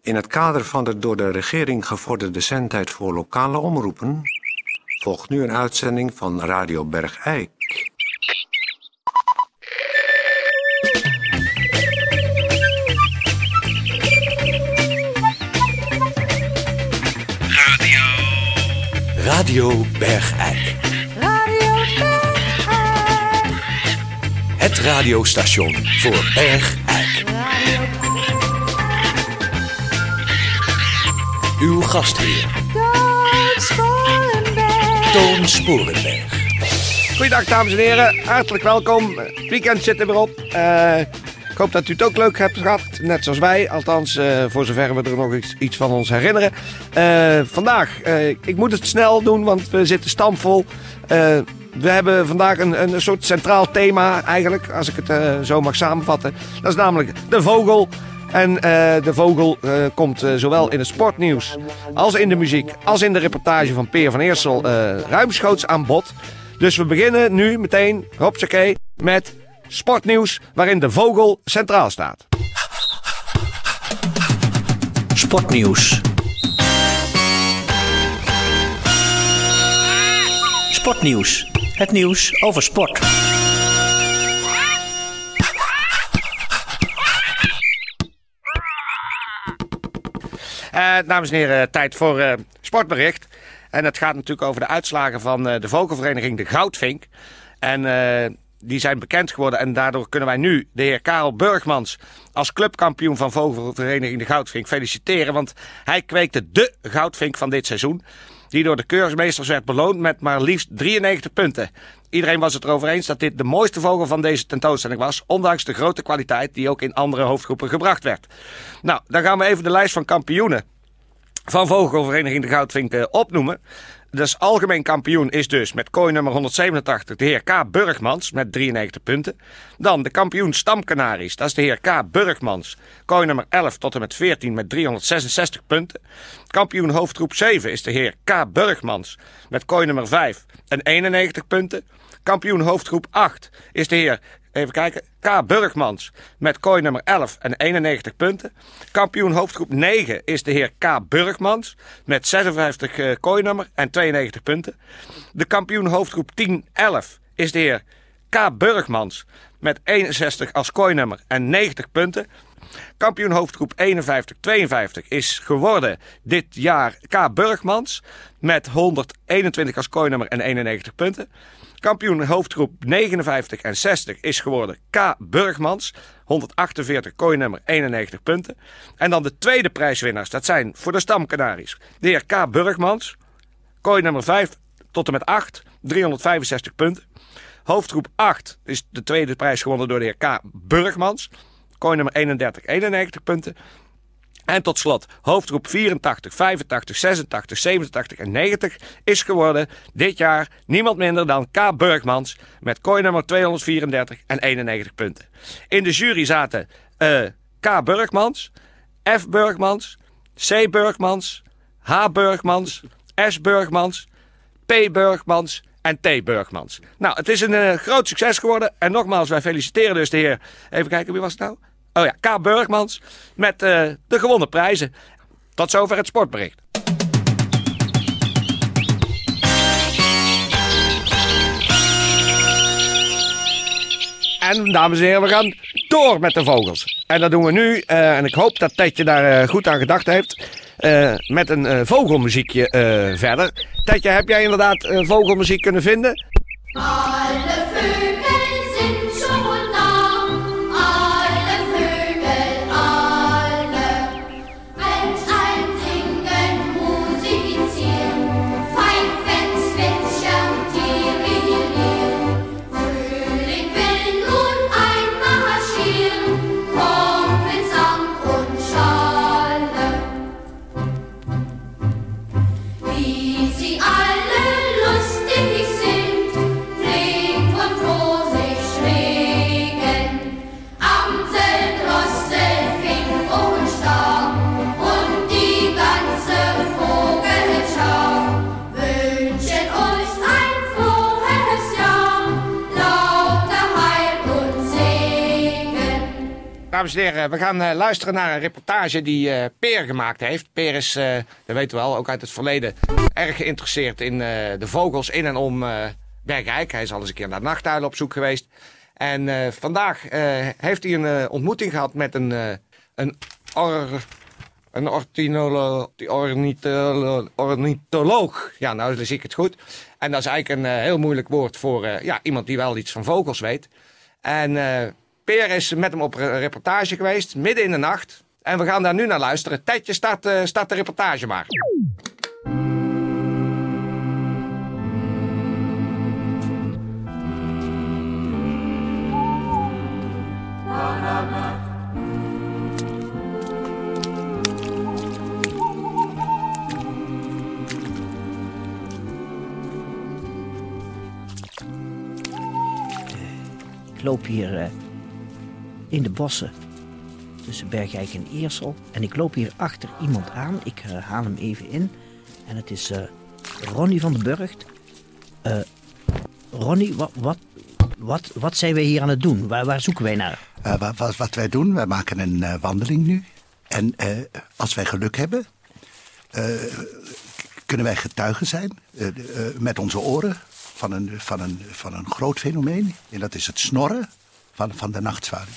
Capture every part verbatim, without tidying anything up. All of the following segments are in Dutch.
In het kader van de door de regering gevorderde zendtijd voor lokale omroepen volgt nu een uitzending van Radio Bergijk. Radio. Radio Bergijk. Radio Bergijk. Het radiostation voor Bergijk. Uw gastheer Toon Sporenberg. Toon Sporenberg. Goeiedag dames en heren, hartelijk welkom. Het weekend zit er weer op. Uh, ik hoop dat u het ook leuk hebt gehad, net zoals wij. Althans, uh, voor zover we er nog iets, iets van ons herinneren. Uh, vandaag, uh, ik moet het snel doen, want we zitten stampvol. Uh, we hebben vandaag een, een soort centraal thema eigenlijk, als ik het uh, zo mag samenvatten. Dat is namelijk de vogel. En uh, de vogel uh, komt uh, zowel in het sportnieuws als in de muziek als in de reportage van Peer van Eersel uh, ruimschoots aan bod. Dus we beginnen nu meteen, hopsakee, met sportnieuws waarin de vogel centraal staat. Sportnieuws. Sportnieuws. Het nieuws over sport. Uh, dames en heren, tijd voor uh, sportbericht. En het gaat natuurlijk over de uitslagen van uh, de vogelvereniging de Goudvink. En uh, die zijn bekend geworden en daardoor kunnen wij nu de heer Karel Burgmans als clubkampioen van vogelvereniging de Goudvink feliciteren. Want hij kweekte de goudvink van dit seizoen. Die door de keursmeesters werd beloond met maar liefst drieënnegentig punten. Iedereen was het erover eens dat dit de mooiste vogel van deze tentoonstelling was. Ondanks de grote kwaliteit die ook in andere hoofdgroepen gebracht werd. Nou, dan gaan we even de lijst van kampioenen van vogelvereniging de Goudvink uh, opnoemen. Dus algemeen kampioen is dus met kooi nummer honderdzevenentachtig de heer K. Burgmans met drieënnegentig punten. Dan de kampioen stamkanaries, dat is de heer K. Burgmans. Kooi nummer elf tot en met veertien met driehonderdzesenzestig punten. Kampioen hoofdgroep zeven is de heer K. Burgmans met kooi nummer vijf en eenennegentig punten. Kampioen hoofdgroep acht is de heer, even kijken, K. Burgmans met kooi nummer elf en eenennegentig punten. Kampioen hoofdgroep negen is de heer K. Burgmans met zesenvijftig uh, kooinummer en tweeënnegentig punten. De kampioen hoofdgroep tien elf is de heer K. Burgmans met eenenzestig als kooinummer en negentig punten. Kampioen hoofdgroep eenenvijftig tweeënvijftig is geworden dit jaar K. Burgmans met honderdeenentwintig als kooinummer en eenennegentig punten. Kampioen hoofdgroep negenenvijftig en zestig is geworden K. Burgmans. honderdachtenveertig kooinummer, eenennegentig punten. En dan de tweede prijswinnaars, dat zijn voor de stamkanaries de heer K. Burgmans. Kooinummer vijf tot en met acht, driehonderdvijfenzestig punten. Hoofdgroep acht is de tweede prijs gewonnen door de heer K. Burgmans. Kooinummer eenendertig, eenennegentig punten. En tot slot, hoofdgroep vierentachtig, vijfentachtig, zesentachtig, zevenentachtig en negentig is geworden dit jaar niemand minder dan K. Burgmans met kooinummer tweehonderdvierendertig en eenennegentig punten. In de jury zaten uh, K. Burgmans, F. Burgmans, C. Burgmans, H. Burgmans, S. Burgmans, P. Burgmans en T. Burgmans. Nou, het is een uh, groot succes geworden en nogmaals, wij feliciteren dus de heer, even kijken, wie was het nou? Oh ja, K. Burgmans met uh, de gewonnen prijzen. Tot zover het sportbericht. En dames en heren, we gaan door met de vogels. En dat doen we nu, uh, en ik hoop dat Tetje daar uh, goed aan gedacht heeft, uh, met een uh, vogelmuziekje uh, verder. Tetje, heb jij inderdaad uh, vogelmuziek kunnen vinden? Alle Vögel sind schon da, alle Vögel, alle. Welch ein Singen, musizieren, pfeifen, zwitschern, tirillieren. Frühling will nun einmal marschieren, kommt mit Sang und Schale. Wie sie alle lustig sind, dames en heren, we gaan uh, luisteren naar een reportage die uh, Peer gemaakt heeft. Peer is, uh, dat weten we wel, ook uit het verleden erg geïnteresseerd in uh, de vogels in en om uh, Bergijk. Hij is al eens een keer naar nachtuilen op zoek geweest. En uh, vandaag uh, heeft hij een uh, ontmoeting gehad met een, uh, een, or, een ortinolo, ornitholo, ornitholoog. Ja, nou dan zie ik het goed. En dat is eigenlijk een uh, heel moeilijk woord voor uh, ja, iemand die wel iets van vogels weet. En uh, Peer is met hem op een reportage geweest, midden in de nacht. En we gaan daar nu naar luisteren. Tijdje, start, uh, start de reportage maar. Ik loop hier uh, in de bossen tussen Bergijk en Eersel. En ik loop hier achter iemand aan. Ik uh, haal hem even in. En het is uh, Ronnie van den Burgt. Uh, Ronnie, wat, wat, wat, wat zijn wij hier aan het doen? Waar, waar zoeken wij naar? Uh, wat, wat wij doen, wij maken een uh, wandeling nu. En uh, als wij geluk hebben, uh, kunnen wij getuigen zijn uh, uh, met onze oren van een, van, een, van een groot fenomeen. En dat is het snorren van, van de nachtzwaluw.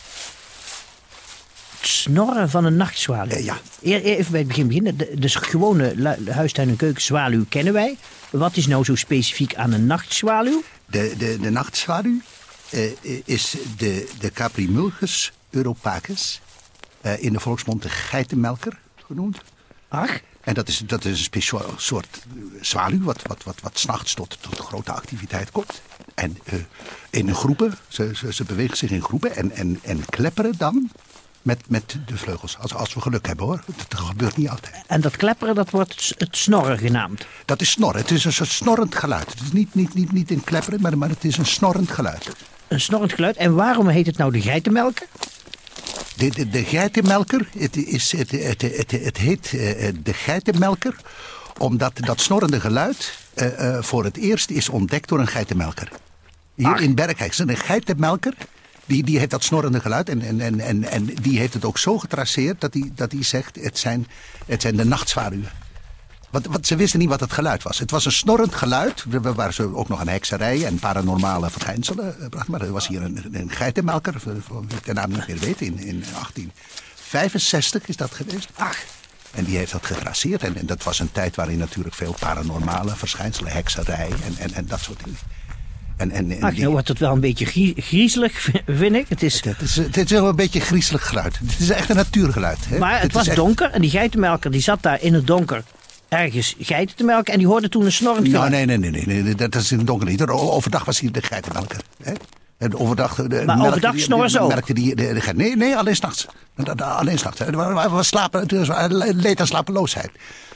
Het snorren van een nachtzwaluw? Uh, ja. Even bij het begin beginnen. De, de gewone lu- huistuin- en keukenzwaluw kennen wij. Wat is nou zo specifiek aan een nachtzwaluw? De, de, de nachtzwaluw uh, is de, de Caprimulgus europacus. Uh, in de volksmond de geitenmelker genoemd. Ach. En dat is, dat is een speciaal soort zwaluw wat, wat, wat, wat 's nachts tot, tot grote activiteit komt. En uh, in groepen, ze, ze, ze bewegen zich in groepen en, en, en klepperen dan met, met de vleugels. Als, als we geluk hebben hoor, dat gebeurt niet altijd. En dat klepperen, dat wordt het snorren genaamd? Dat is snorren, het is een soort snorrend geluid. Het is niet, niet, niet, niet een klepperen, maar, maar het is een snorrend geluid. Een snorrend geluid. En waarom heet het nou de geitenmelker? De, de, de geitenmelker, het, is, het, het, het, het heet uh, de geitenmelker omdat dat snorrende geluid uh, uh, voor het eerst is ontdekt door een geitenmelker. Hier Ach. in Bergijk. Een geitenmelker, die, die heeft dat snorrende geluid en, en, en, en, en die heeft het ook zo getraceerd dat hij dat die zegt, het zijn, het zijn de nachtzwaluwen. Want, want ze wisten niet wat het geluid was. Het was een snorrend geluid, waar ze ook nog een hekserij en paranormale verschijnselen brachten. Maar er was hier een, een geitenmelker, van wie ik de naam niet meer weet, in, in achttien vijfenzestig is dat geweest. Ach. En die heeft dat getraceerd. En, en dat was een tijd waarin natuurlijk veel paranormale verschijnselen, hekserij en, en, en dat soort dingen. En, en, en Ach, die... nou wordt het wel een beetje grie- griezelig, vind ik. Het is... Het is, het is wel een beetje een griezelig geluid. Het is echt een natuurgeluid. Hè? Maar het, het was echt... donker en die geitenmelker die zat daar in het donker ergens geiten te melken en die hoorde toen een snorrend geluid. Nou, nee, nee, nee, nee, nee, dat is in het donker niet. Overdag was hij de geitenmelker. Hè? En overdag, de, maar overdag snorren ze ook? Merkte die, de, de, de, nee, nee, alleen s'nachts. Alleen s'nachts. Het was slapen, het was leed aan slapeloosheid.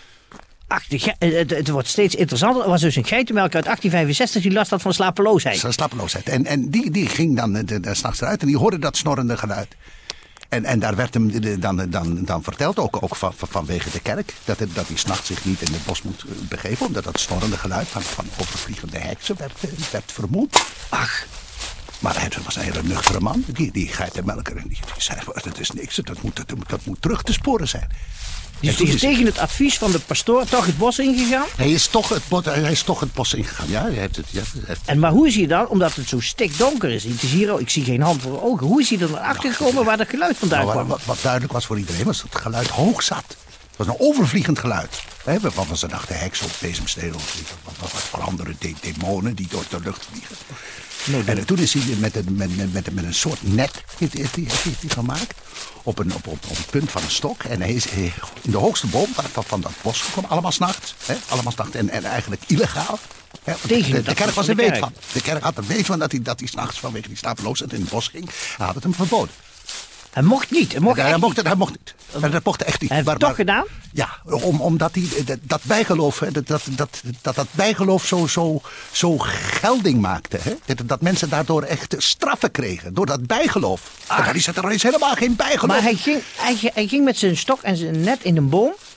Ach, de ge- het, het wordt steeds interessanter. Er was dus een geitenmelker uit achttien vijfenzestig die last had van slapeloosheid. Slapeloosheid. En, en die, die ging dan s'nachts eruit en die hoorde dat snorrende geluid. En, en daar werd hem dan, dan, dan verteld, ook, ook van, vanwege de kerk, dat, het, dat hij 's nachts zich niet in het bos moet begeven, omdat dat snorrende geluid van, van overvliegende heksen werd, werd vermoed. Ach. Maar hij was een hele nuchtere man, die, die geitenmelker. En die, die zei, dat is niks, dat moet, dat, moet, dat moet terug te sporen zijn. Dus die is, is tegen het advies van de pastoor toch het bos ingegaan? Hij is toch het, bos, hij is toch het bos ingegaan, ja. Hij heeft het, ja hij heeft... En maar hoe is hij dan, omdat het zo stikdonker is, het is hier, ik zie geen hand voor ogen, hoe is hij er naar achter gekomen waar dat geluid vandaan nou, kwam? Wat, wat duidelijk was voor iedereen, was dat het geluid hoog zat. Het was een overvliegend geluid. He, waarvan ze dachten heksen of bezemstelen of wat, wat andere de, demonen die door de lucht vliegen. Nee, en toen is hij met een, met, met, met, met een soort net heeft, heeft, heeft, heeft hij gemaakt. Op een, op, op, op een punt van een stok. En hij is in de hoogste boom van, van dat bos gekomen. Allemaal 's nachts. Allemaal 's nachts. En, en eigenlijk illegaal. He, Tegen de, de kerk was er de weet kerk. van. De kerk had er weet van dat hij, dat hij 's nachts vanwege die slapeloosheid in het bos ging. Hij had het hem verboden. Hij mocht niet. Hij mocht, hij, hij, mocht, niet. hij mocht niet. Hij, dat mocht echt niet. Hij heeft het toch gedaan? Ja, om, omdat hij dat, dat bijgeloof, hè, dat, dat, dat, dat, dat bijgeloof zo, zo, zo gelding maakte. Hè? Dat, dat mensen daardoor echt straffen kregen. Door dat bijgeloof. Ach. Maar die zat er is helemaal geen bijgeloof. Maar hij ging, hij, hij ging met zijn stok en zijn net in een boom.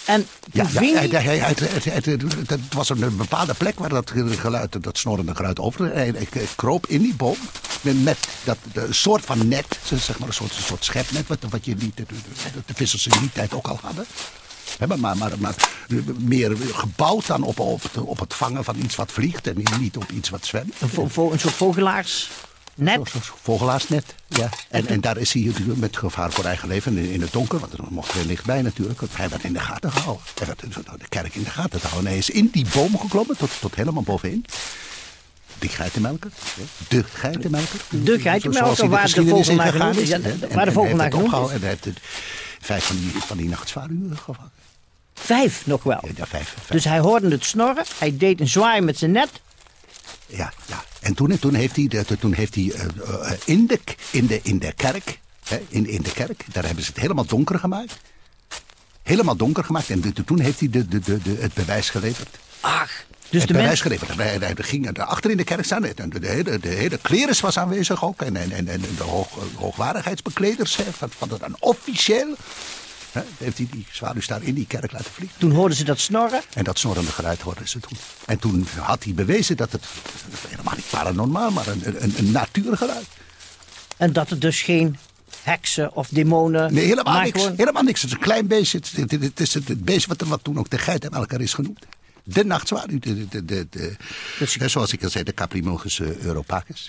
En Ja, toen ja ving hij, hij- hij, hij, hij- hij- het was een bepaalde plek waar dat geluid, dat snorrende geluid over. Hij, hij kroop in die boom met dat, een soort van net, zeg maar een soort, een soort schepnet, wat, wat je niet, de, de, de vissers in die tijd ook al hadden. He, maar, maar, maar, maar meer gebouwd dan op, op, op het vangen van iets wat vliegt en niet op iets wat zwemt. een, vo- vo- een soort vogelaars net. Zo- zo- Vogelaarsnet, ja. En, en daar is hij natuurlijk met gevaar voor eigen leven in, in het donker, want er mocht er licht bij natuurlijk. Want hij werd in de gaten gehouden. Hij werd de kerk in de gaten te houden. En hij is in die boom geklommen, tot, tot helemaal bovenin. Die geitenmelker, de geitenmelker. De geitenmelker, Zoals hij waar de geschiedenis in vogelaar gegaan genoemd is. is. Ja, En- waar de en- en hij vogelaar heeft het genoemd opgehouden En hij heeft het vijf van die, van die nachtzwaluwen gevangen. Vijf nog wel. Ja, vijf, vijf. Dus hij hoorde het snorren. Hij deed een zwaai met zijn net. Ja, ja. En toen, toen heeft hij, de- toen heeft hij eh, eh, in, de, in, de, in de kerk, hè, in, in de kerk, daar hebben ze het helemaal donker gemaakt. Helemaal donker gemaakt. En de- toen heeft hij de, de, de, de, het bewijs geleverd. Ach, dus het de bewijs mensen... geleverd. Hij, hij, hij ging achter in de kerk staan. En de, de, hele, de hele kleres was aanwezig ook. En, en, en, en de hoog, hoogwaardigheidsbekleders hè, van, van het dan officieel. Hè, heeft hij die zwaluws daar in die kerk laten vliegen. Toen hoorden ze dat snorren. En dat snorrende geluid hoorden ze toen. En toen had hij bewezen dat het helemaal niet paranormaal, maar een, een, een natuurgeluid. En dat het dus geen heksen of demonen... Nee, helemaal maar niks. gewoon- Helemaal niks. Het is een klein beestje. Het, het, het, het is het, het beestje wat, wat toen ook de geitenmelker is genoemd. De nachtzwaluw. De, de, de, de, Dus- de- zoals ik al zei, de Caprimulgus uh, europacus.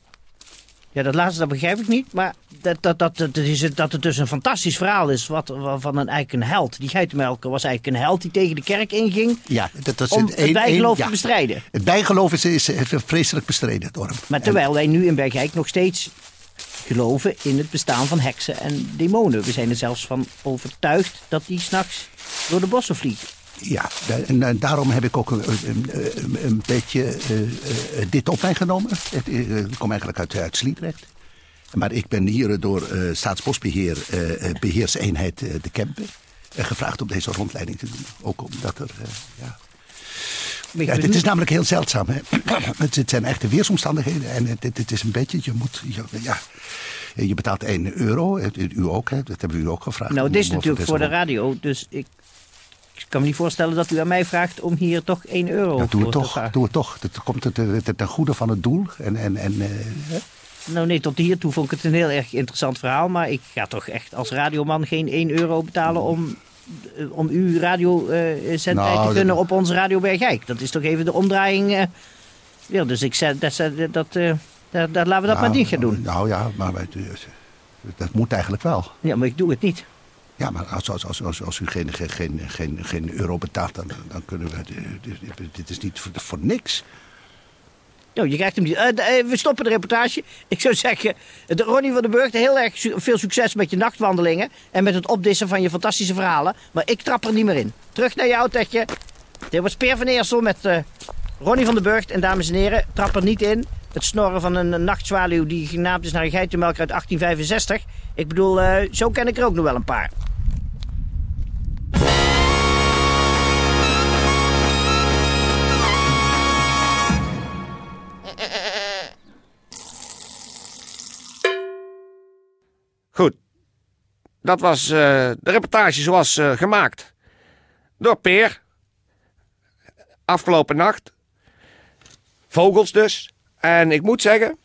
Ja, dat laatste dat begrijp ik niet. Maar dat, dat, dat, dat, is, het- dat het dus een fantastisch verhaal is wat, van een, eigenlijk een held. Die geitenmelker was eigenlijk een held die tegen de kerk inging... Ja, dat, dat is om het het een- bijgeloof een- te ja. bestrijden. Het bijgeloof is, is, is vreselijk bestreden door hem. Maar terwijl wij nu in Bergijk nog steeds geloven in het bestaan van heksen en demonen. We zijn er zelfs van overtuigd dat die s'nachts door de bossen vliegen. Ja, da- en, en daarom heb ik ook een, een, een, een beetje uh, uh, dit op mij genomen. Het, uh, ik kom eigenlijk uit, uit Sliedrecht. Maar ik ben hier door uh, Staatsbosbeheer, uh, beheerseenheid uh, De Kempen, uh, gevraagd om deze rondleiding te doen. Ook omdat er, uh, ja... Ja, dit is namelijk heel zeldzaam. Hè? het, het zijn echte weersomstandigheden. En het, het, het is een beetje, je moet, je, ja... Je betaalt één euro, u ook, hè? Dat hebben we u ook gevraagd. Nou, om- dit is om natuurlijk deze voor de rond- radio. Dus ik, ik kan me niet voorstellen dat u aan mij vraagt om hier toch één euro Ja, doe voor het te toch, vragen. doe het toch. Het komt het, het, het ten goede van het doel. En, en, en, uh, hè? Nou nee, tot hiertoe vond ik het een heel erg interessant verhaal. Maar ik ga toch echt als radioman geen één euro betalen om, eh, om uw radiozendtijd Nou, te gunnen dat- op onze Radio Bergijk. Dat is toch even de omdraaiing. eh ja, dus ik zei, dat, dat, dat, eh, dat, dat, laten we dat maar niet gaan doen. Nou ja, maar wij- dat moet eigenlijk wel. Ja, maar ik doe het niet. Ja, maar als, als, als, als, als u geen, geen, geen, geen, geen euro betaalt, dan, dan kunnen we... Dit, dit is niet voor, voor niks. Nou, je krijgt hem niet. Eh, d- eh, we stoppen de reportage. Ik zou zeggen, de Ronnie van den Burg, heel erg su- veel succes met je nachtwandelingen. En met het opdissen van je fantastische verhalen. Maar ik trap er niet meer in. Terug naar je autootje. Dit was Peer van Eersel met eh, Ronnie van den Burg. En dames en heren, trap er niet in. Het snorren van een nachtzwaluw die genaamd is naar een geitenmelker uit achttien vijfenzestig. Ik bedoel, eh, zo ken ik er ook nog wel een paar. Goed. Dat was eh, de reportage zoals eh, gemaakt door Peer. Afgelopen nacht. Vogels dus. En ik moet zeggen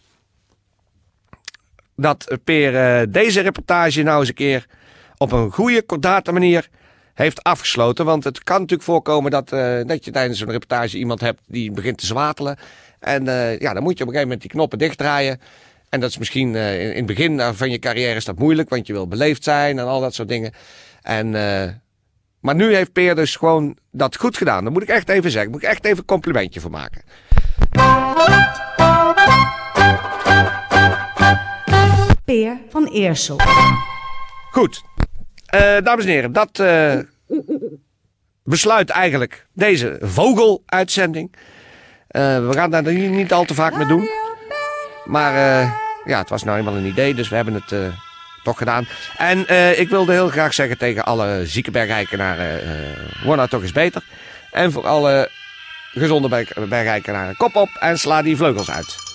dat Peer eh, deze reportage nou eens een keer op een goede, kordate manier heeft afgesloten. Want het kan natuurlijk voorkomen dat, eh, dat je tijdens zo'n reportage iemand hebt die begint te zwatelen. En eh, ja, dan moet je op een gegeven moment die knoppen dichtdraaien. En dat is misschien uh, in, in het begin van je carrière is dat moeilijk, want je wil beleefd zijn en al dat soort dingen. En, uh, maar nu heeft Peer dus gewoon dat goed gedaan. Dat moet ik echt even zeggen. Daar moet ik echt even een complimentje voor maken. Peer van Eersel. Goed. Uh, dames en heren, dat uh, besluit eigenlijk deze vogeluitzending. Uh, we gaan daar hier niet al te vaak mee doen. Maar uh, ja, het was nou eenmaal een idee, dus we hebben het uh, toch gedaan. En uh, ik wilde heel graag zeggen tegen alle zieke bergijkenaren, uh, word nou toch eens beter. En voor alle gezonde berg bergijkenaren, kop op en sla die vleugels uit.